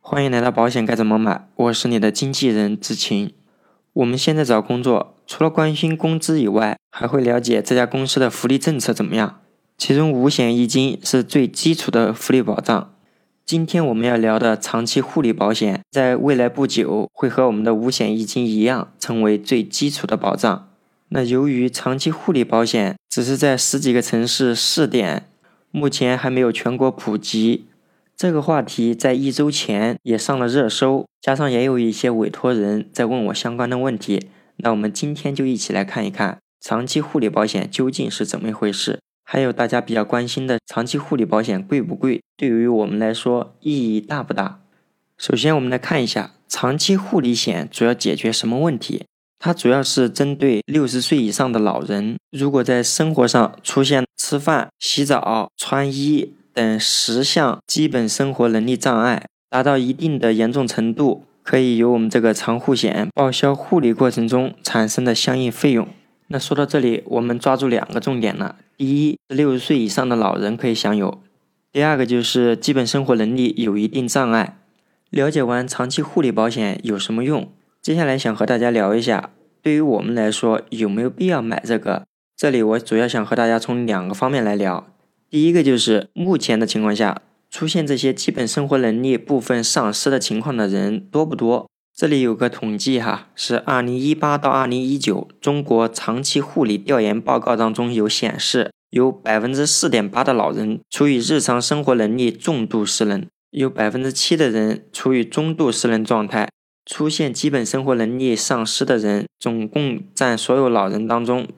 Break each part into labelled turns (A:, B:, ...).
A: 欢迎来到保险该怎么买，我是你的经纪人志勤。我们现在找工作，除了关心工资以外，还会了解这家公司的福利政策怎么样。其中五险一金是最基础的福利保障。今天我们要聊的长期护理保险，在未来不久会和我们的五险一金一样，成为最基础的保障。那由于长期护理保险只是在10几个城市试点，目前还没有全国普及。这个话题在1周前也上了热搜，加上也有一些委托人在问我相关的问题。那我们今天就一起来看一看长期护理保险究竟是怎么一回事，还有大家比较关心的长期护理保险贵不贵，对于我们来说意义大不大。首先我们来看一下长期护理险主要解决什么问题。它主要是针对60岁以上的老人，如果在生活上出现吃饭、洗澡、穿衣等10项基本生活能力障碍，达到一定的严重程度，可以由我们这个长护险报销护理过程中产生的相应费用。那说到这里，我们抓住2个重点了。第一是60岁以上的老人可以享有，第二个就是基本生活能力有一定障碍。了解完长期护理保险有什么用，接下来想和大家聊一下，对于我们来说有没有必要买这个。这里我主要想和大家从2个方面来聊。第一个就是目前的情况下，出现这些基本生活能力部分丧失的情况的人多不多。这里有个统计是2018到2019中国长期护理调研报告当中有显示，有 4.8% 的老人处于日常生活能力重度失能，有 7% 的人处于中度失能状态。出现基本生活能力丧失的人总共占所有老人当中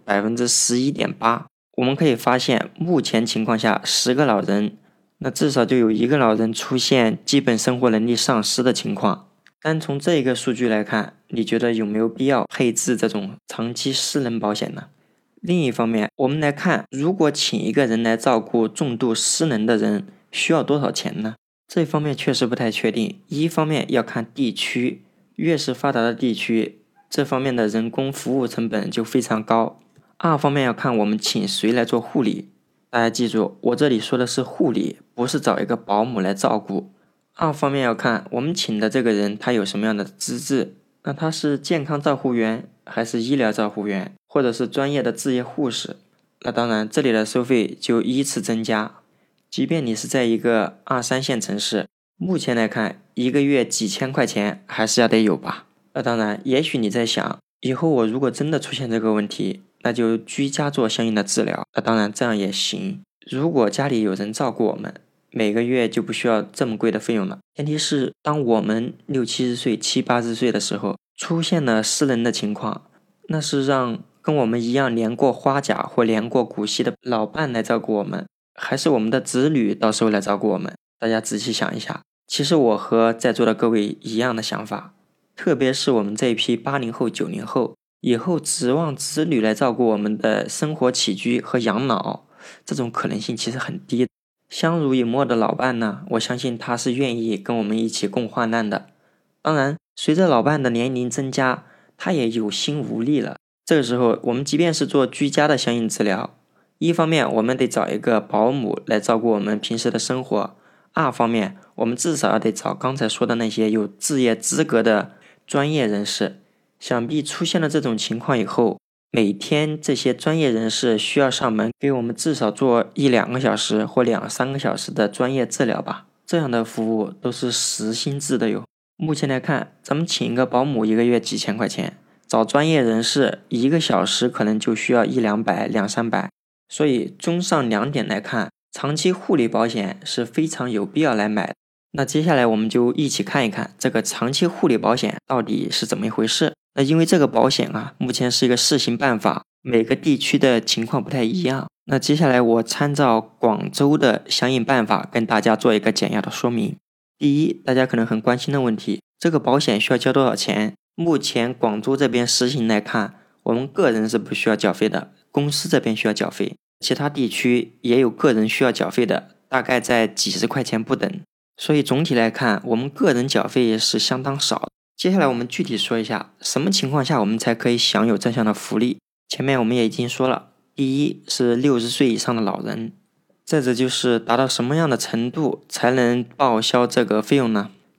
A: 11.8%。我们可以发现，目前情况下10个老人，那至少就有1个老人出现基本生活能力丧失的情况。单从这一个数据来看，你觉得有没有必要配置这种长期失能保险呢？另一方面，我们来看，如果请一个人来照顾重度失能的人，需要多少钱呢？这方面确实不太确定。一方面要看地区，越是发达的地区，这方面的人工服务成本就非常高。二方面要看我们请谁来做护理。大家记住，我这里说的是护理，不是找一个保姆来照顾。二方面要看我们请的这个人他有什么样的资质，那他是健康照护员，还是医疗照护员，或者是专业的执业护士。那当然这里的收费就依次增加。即便你是在一个2、3线城市，目前来看1个月几千块钱还是要得有吧。那当然，也许你在想，以后我如果真的出现这个问题，那就居家做相应的治疗。那当然这样也行，如果家里有人照顾我们，每个月就不需要这么贵的费用了。前提是当我们60、70岁、70、80岁的时候出现了失能的情况，那是让跟我们一样连过花甲或连过骨息的老伴来照顾我们，还是我们的子女到时候来照顾我们？大家仔细想一下。其实我和在座的各位一样的想法，特别是我们这一批80后、90后，以后指望子女来照顾我们的生活起居和养老，这种可能性其实很低。相濡以沫的老伴呢，我相信他是愿意跟我们一起共患难的。当然，随着老伴的年龄增加，他也有心无力了。这个时候，我们即便是做居家的相应治疗，一方面我们得找一个保姆来照顾我们平时的生活，二方面我们至少要得找刚才说的那些有执业资格的专业人士。想必出现了这种情况以后，每天这些专业人士需要上门给我们至少做1、2个小时或2、3个小时的专业治疗吧。这样的服务都是时薪制的哟。目前来看，咱们请一个保姆1个月几千块钱，找专业人士1个小时可能就需要100、200、200-300。所以综上2点来看，长期护理保险是非常有必要来买的。那接下来我们就一起看一看这个长期护理保险到底是怎么一回事。那因为这个保险目前是一个试行办法，每个地区的情况不太一样。那接下来我参照广州的相应办法跟大家做一个简要的说明。第一，大家可能很关心的问题，这个保险需要交多少钱？目前广州这边实行来看，我们个人是不需要缴费的，公司这边需要缴费，其他地区也有个人需要缴费的，大概在几十块钱不等。所以总体来看，我们个人缴费也是相当少的。接下来我们具体说一下，什么情况下我们才可以享有这项的福利。前面我们也已经说了，第一是60岁以上的老人，再者就是达到什么样的程度才能报销这个费用呢？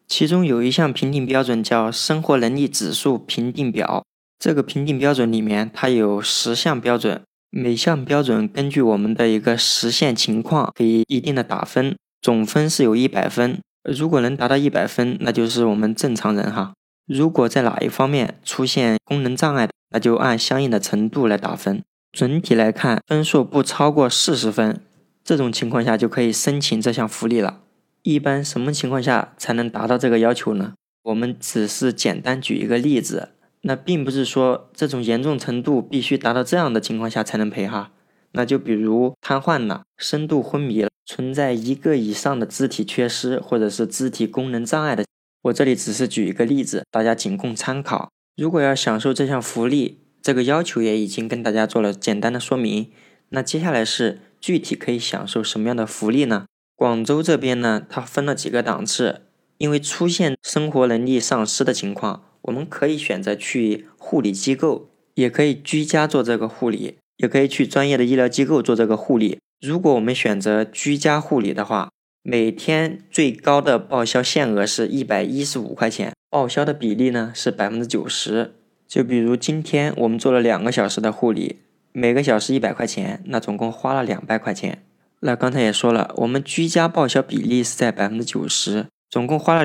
A: 其中有一项评定标准叫生活能力指数评定表。这个评定标准里面它有10项标准，每项标准根据我们的一个实现情况给一定的打分，总分是有100分。如果能达到100分，那就是我们正常人哈。如果在哪一方面出现功能障碍，那就按相应的程度来打分。整体来看，分数不超过40分，这种情况下就可以申请这项福利了。一般什么情况下才能达到这个要求呢？我们只是简单举一个例子，那并不是说这种严重程度必须达到这样的情况下才能赔哈。那就比如瘫痪了、深度昏迷了、存在1个以上的肢体缺失或者是肢体功能障碍的，我这里只是举一个例子，大家仅供参考。如果要享受这项福利，这个要求也已经跟大家做了简单的说明。那接下来是具体可以享受什么样的福利呢？广州这边呢，它分了几个档次，因为出现生活能力丧失的情况，我们可以选择去护理机构，也可以居家做这个护理，也可以去专业的医疗机构做这个护理。如果我们选择居家护理的话，每天最高的报销限额是115块钱，报销的比例呢是90%。就比如今天我们做了2个小时的护理，每个小时100块钱，那总共花了200块钱。那刚才也说了，我们居家报销比例是在90%，总共花了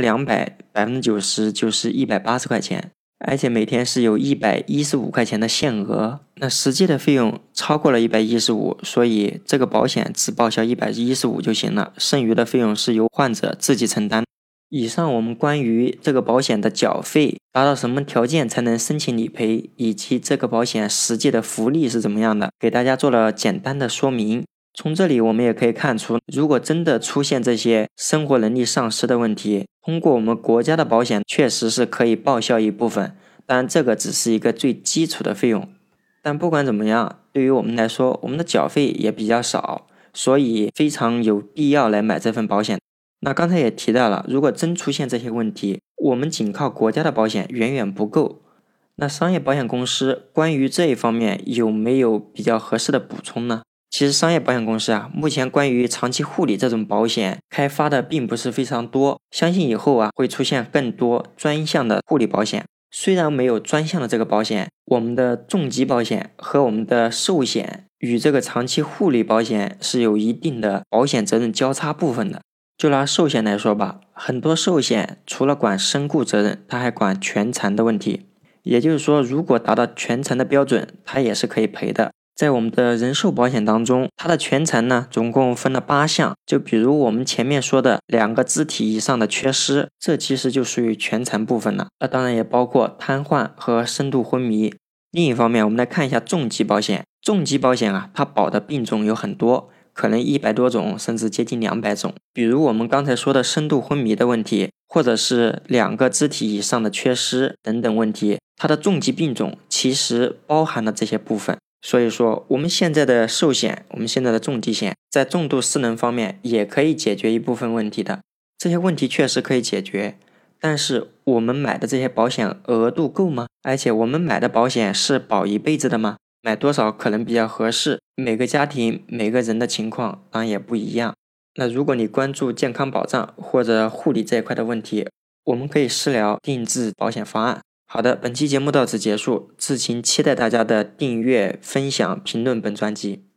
A: 200，90%就是180块钱，而且每天是有115块钱的限额。那实际的费用超过了115，所以这个保险只报销115就行了，剩余的费用是由患者自己承担。以上我们关于这个保险的缴费达到什么条件才能申请理赔，以及这个保险实际的福利是怎么样的，给大家做了简单的说明。从这里我们也可以看出，如果真的出现这些生活能力丧失的问题，通过我们国家的保险确实是可以报销一部分，当然这个只是一个最基础的费用。但不管怎么样，对于我们来说，我们的缴费也比较少，所以非常有必要来买这份保险。那刚才也提到了，如果真出现这些问题，我们仅靠国家的保险远远不够。那商业保险公司关于这一方面有没有比较合适的补充呢？其实商业保险公司目前关于长期护理这种保险开发的并不是非常多，相信以后会出现更多专项的护理保险。虽然没有专项的这个保险，我们的重疾保险和我们的寿险与这个长期护理保险是有一定的保险责任交叉部分的。就拿寿险来说吧，很多寿险除了管身故责任，它还管全残的问题。也就是说，如果达到全残的标准，它也是可以赔的。在我们的人寿保险当中，它的全残呢，总共分了8项。就比如我们前面说的2个肢体以上的缺失，这其实就属于全残部分了。那当然也包括瘫痪和深度昏迷。另一方面，我们来看一下重疾保险。重疾保险它保的病种有很多，可能100多种，甚至接近200种。比如我们刚才说的深度昏迷的问题，或者是2个肢体以上的缺失等等问题，它的重疾病种其实包含了这些部分。所以说，我们现在的寿险，我们现在的重疾险，在重度失能方面也可以解决一部分问题的。这些问题确实可以解决，但是我们买的这些保险额度够吗？而且我们买的保险是保一辈子的吗？买多少可能比较合适？每个家庭、每个人的情况当然也不一样。那如果你关注健康保障或者护理这一块的问题，我们可以私聊定制保险方案。好的，本期节目到此结束，志勤期待大家的订阅、分享、评论本专辑。